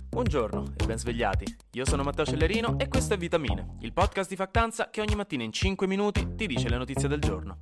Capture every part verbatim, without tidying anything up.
Buongiorno e ben svegliati, io sono Matteo Cellerino e questo è Vitamine, il podcast di Factanza che ogni mattina in cinque minuti ti dice le notizie del giorno.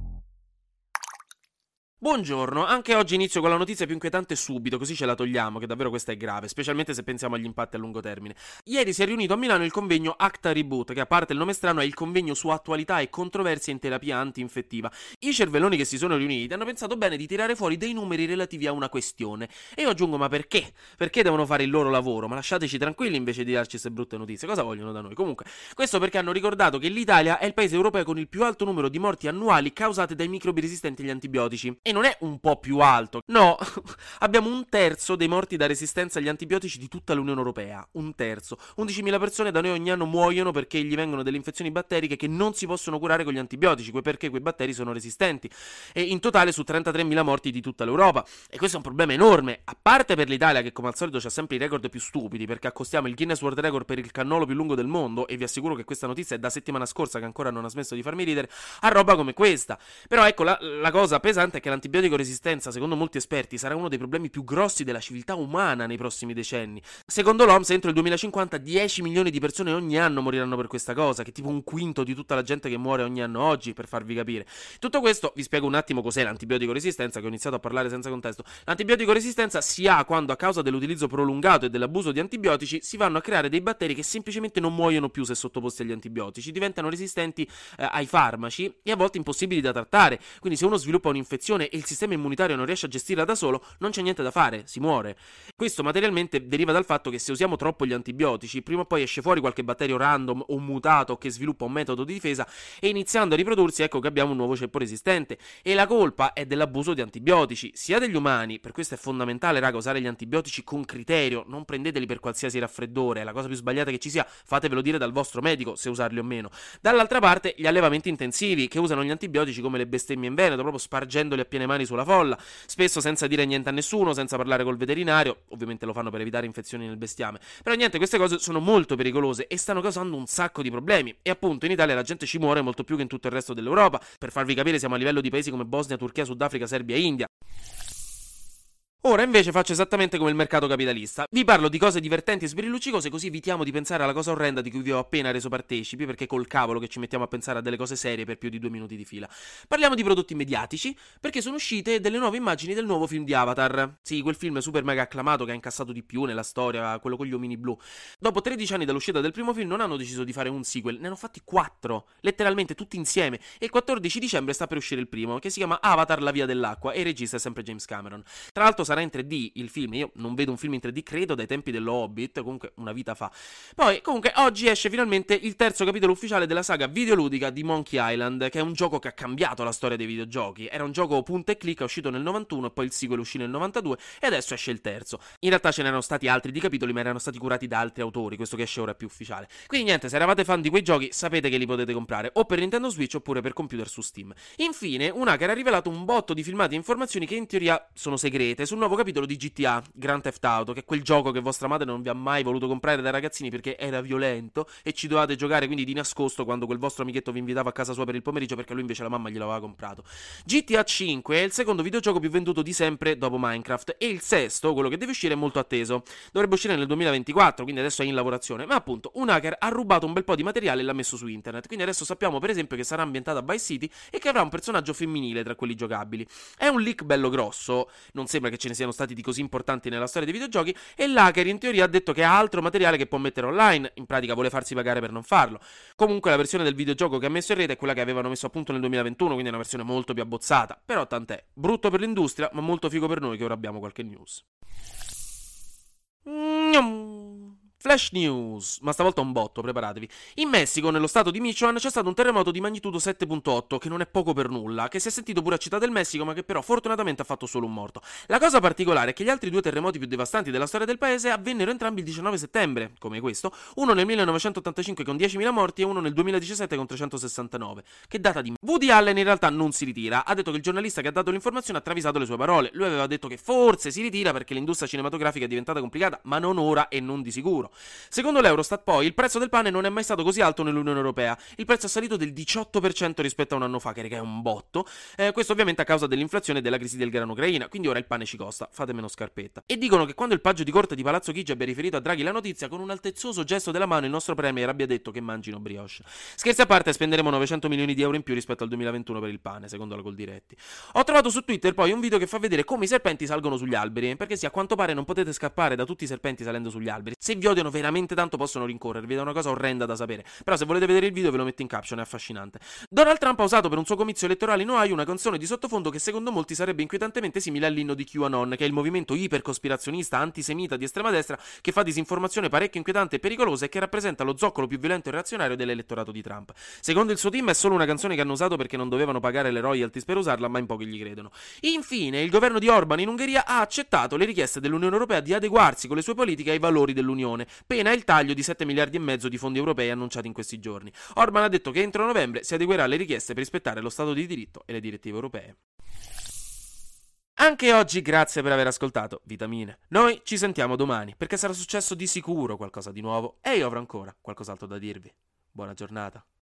Buongiorno, anche oggi inizio con la notizia più inquietante subito, così ce la togliamo, che davvero questa è grave, specialmente se pensiamo agli impatti a lungo termine. Ieri si è riunito a Milano il convegno Acta Reboot, che a parte il nome strano è il convegno su attualità e controversie in terapia anti-infettiva. I cervelloni che si sono riuniti hanno pensato bene di tirare fuori dei numeri relativi a una questione. E io aggiungo, ma perché? Perché devono fare il loro lavoro? Ma lasciateci tranquilli invece di darci queste brutte notizie, cosa vogliono da noi? Comunque, questo perché hanno ricordato che l'Italia è il paese europeo con il più alto numero di morti annuali causate dai microbi resistenti agli antibiotici. E non è un po' più alto, no, abbiamo un terzo dei morti da resistenza agli antibiotici di tutta l'Unione Europea, un terzo, undicimila persone da noi ogni anno muoiono perché gli vengono delle infezioni batteriche che non si possono curare con gli antibiotici, perché quei batteri sono resistenti, e in totale su trentatremila morti di tutta l'Europa, e questo è un problema enorme, a parte per l'Italia che come al solito c'ha sempre i record più stupidi, perché accostiamo il Guinness World Record per il cannolo più lungo del mondo, e vi assicuro che questa notizia è da settimana scorsa che ancora non ha smesso di farmi ridere, a roba come questa. Però ecco, la, la cosa pesante è che l'antibiotico resistenza, secondo molti esperti, sarà uno dei problemi più grossi della civiltà umana nei prossimi decenni. Secondo l'O M S, entro il duemilacinquanta dieci milioni di persone ogni anno moriranno per questa cosa, che è tipo un quinto di tutta la gente che muore ogni anno oggi, per farvi capire. Tutto questo vi spiego un attimo cos'è l'antibiotico resistenza, che ho iniziato a parlare senza contesto. L'antibiotico resistenza si ha quando a causa dell'utilizzo prolungato e dell'abuso di antibiotici si vanno a creare dei batteri che semplicemente non muoiono più se sottoposti agli antibiotici, diventano resistenti eh, ai farmaci e a volte impossibili da trattare. Quindi se uno sviluppa un'infezione e il sistema immunitario non riesce a gestirla da solo, non c'è niente da fare, si muore. Questo materialmente deriva dal fatto che se usiamo troppo gli antibiotici, prima o poi esce fuori qualche batterio random o mutato che sviluppa un metodo di difesa e iniziando a riprodursi ecco che abbiamo un nuovo ceppo resistente. E la colpa è dell'abuso di antibiotici, sia degli umani, per questo è fondamentale raga usare gli antibiotici con criterio, non prendeteli per qualsiasi raffreddore, è la cosa più sbagliata che ci sia, fatevelo dire dal vostro medico se usarli o meno. Dall'altra parte gli allevamenti intensivi che usano gli antibiotici come le bestemmie in Veneto, proprio spargendoli a piene mani sulla folla, spesso senza dire niente a nessuno, senza parlare col veterinario, ovviamente lo fanno per evitare infezioni nel bestiame, però niente, queste cose sono molto pericolose e stanno causando un sacco di problemi, e appunto in Italia la gente ci muore molto più che in tutto il resto dell'Europa, per farvi capire siamo a livello di paesi come Bosnia, Turchia, Sudafrica, Serbia e India. Ora invece faccio esattamente come il mercato capitalista. Vi parlo di cose divertenti e sbrilluccicose, così evitiamo di pensare alla cosa orrenda di cui vi ho appena reso partecipi, perché col cavolo che ci mettiamo a pensare a delle cose serie per più di due minuti di fila. Parliamo di prodotti mediatici, perché sono uscite delle nuove immagini del nuovo film di Avatar. Sì, quel film super mega acclamato che ha incassato di più nella storia, quello con gli omini blu. Dopo tredici anni dall'uscita del primo film non hanno deciso di fare un sequel, ne hanno fatti quattro, letteralmente tutti insieme, e il quattordici dicembre sta per uscire il primo, che si chiama Avatar la via dell'acqua, e il regista è sempre James Cameron. Tra l'altro sarà in tre D il film, io non vedo un film in tre D credo dai tempi dello Hobbit, comunque una vita fa. Poi comunque oggi esce finalmente il terzo capitolo ufficiale della saga videoludica di Monkey Island, che è un gioco che ha cambiato la storia dei videogiochi. Era un gioco punta e clicca uscito nel novantuno e poi il sequel uscì nel novantadue e adesso esce il terzo. In realtà ce n'erano stati altri di capitoli ma erano stati curati da altri autori, questo che esce ora è più ufficiale. Quindi niente, se eravate fan di quei giochi sapete che li potete comprare o per Nintendo Switch oppure per computer su Steam. Infine un hacker ha rivelato un botto di filmati e informazioni che in teoria sono segrete sul nuovo capitolo di G T A, Grand Theft Auto, che è quel gioco che vostra madre non vi ha mai voluto comprare da ragazzini perché era violento e ci dovevate giocare quindi di nascosto quando quel vostro amichetto vi invitava a casa sua per il pomeriggio perché lui invece la mamma gliel'aveva comprato. G T A cinque è il secondo videogioco più venduto di sempre dopo Minecraft e il sesto, quello che deve uscire, è molto atteso. Dovrebbe uscire nel duemilaventiquattro, quindi adesso è in lavorazione, ma appunto un hacker ha rubato un bel po' di materiale e l'ha messo su internet, quindi adesso sappiamo per esempio che sarà ambientata a Vice City e che avrà un personaggio femminile tra quelli giocabili. È un leak bello grosso, non sembra che ce ne siano stati di così importanti nella storia dei videogiochi, e l'hacker in teoria ha detto che ha altro materiale che può mettere online, in pratica vuole farsi pagare per non farlo. Comunque la versione del videogioco che ha messo in rete è quella che avevano messo appunto nel duemilaventuno, quindi è una versione molto più abbozzata, però tant'è, brutto per l'industria ma molto figo per noi che ora abbiamo qualche news. Flash news, ma stavolta un botto, preparatevi. In Messico, nello stato di Michoacán, c'è stato un terremoto di magnitudo sette virgola otto, che non è poco per nulla, che si è sentito pure a Città del Messico, ma che però fortunatamente ha fatto solo un morto. La cosa particolare è che gli altri due terremoti più devastanti della storia del paese avvennero entrambi il diciannove settembre, come questo, uno nel millenovecentottantacinque con diecimila morti e uno nel duemiladiciassette con trecentosessantanove. Che data di... Woody Allen in realtà non si ritira, ha detto che il giornalista che ha dato l'informazione ha travisato le sue parole. Lui aveva detto che forse si ritira perché l'industria cinematografica è diventata complicata, ma non ora e non di sicuro. Secondo l'Eurostat poi il prezzo del pane non è mai stato così alto nell'Unione Europea, il prezzo è salito del diciotto per cento rispetto a un anno fa, che è un botto, eh, questo ovviamente a causa dell'inflazione e della crisi del grano ucraina, quindi ora il pane ci costa, fate meno scarpetta. E dicono che quando il paggio di corte di Palazzo Chigi abbia riferito a Draghi la notizia, con un altezzoso gesto della mano il nostro premier abbia detto che mangino brioche. Scherzi a parte, spenderemo novecento milioni di euro in più rispetto al duemilaventuno per il pane, secondo la Coldiretti. Ho trovato su Twitter poi un video che fa vedere come i serpenti salgono sugli alberi, perché sì, a quanto pare non potete scappare da tutti i serpenti salendo sugli alberi. Se vi odiano veramente tanto possono rincorrervi, ed è una cosa orrenda da sapere. Però se volete vedere il video ve lo metto in caption, è affascinante. Donald Trump ha usato per un suo comizio elettorale in Ohio una canzone di sottofondo che secondo molti sarebbe inquietantemente simile all'inno di QAnon, che è il movimento ipercospirazionista antisemita di estrema destra che fa disinformazione parecchio inquietante e pericolosa e che rappresenta lo zoccolo più violento e reazionario dell'elettorato di Trump. Secondo il suo team è solo una canzone che hanno usato perché non dovevano pagare le royalties per usarla, ma in pochi gli credono. Infine, il governo di Orban in Ungheria ha accettato le richieste dell'Unione Europea di adeguarsi con le sue politiche ai valori dell'Unione, pena il taglio di sette miliardi e mezzo di fondi europei annunciati in questi giorni. Orban ha detto che entro novembre si adeguerà alle richieste per rispettare lo Stato di diritto e le direttive europee. Anche oggi grazie per aver ascoltato Vitamine. Noi ci sentiamo domani, perché sarà successo di sicuro qualcosa di nuovo e io avrò ancora qualcos'altro da dirvi. Buona giornata.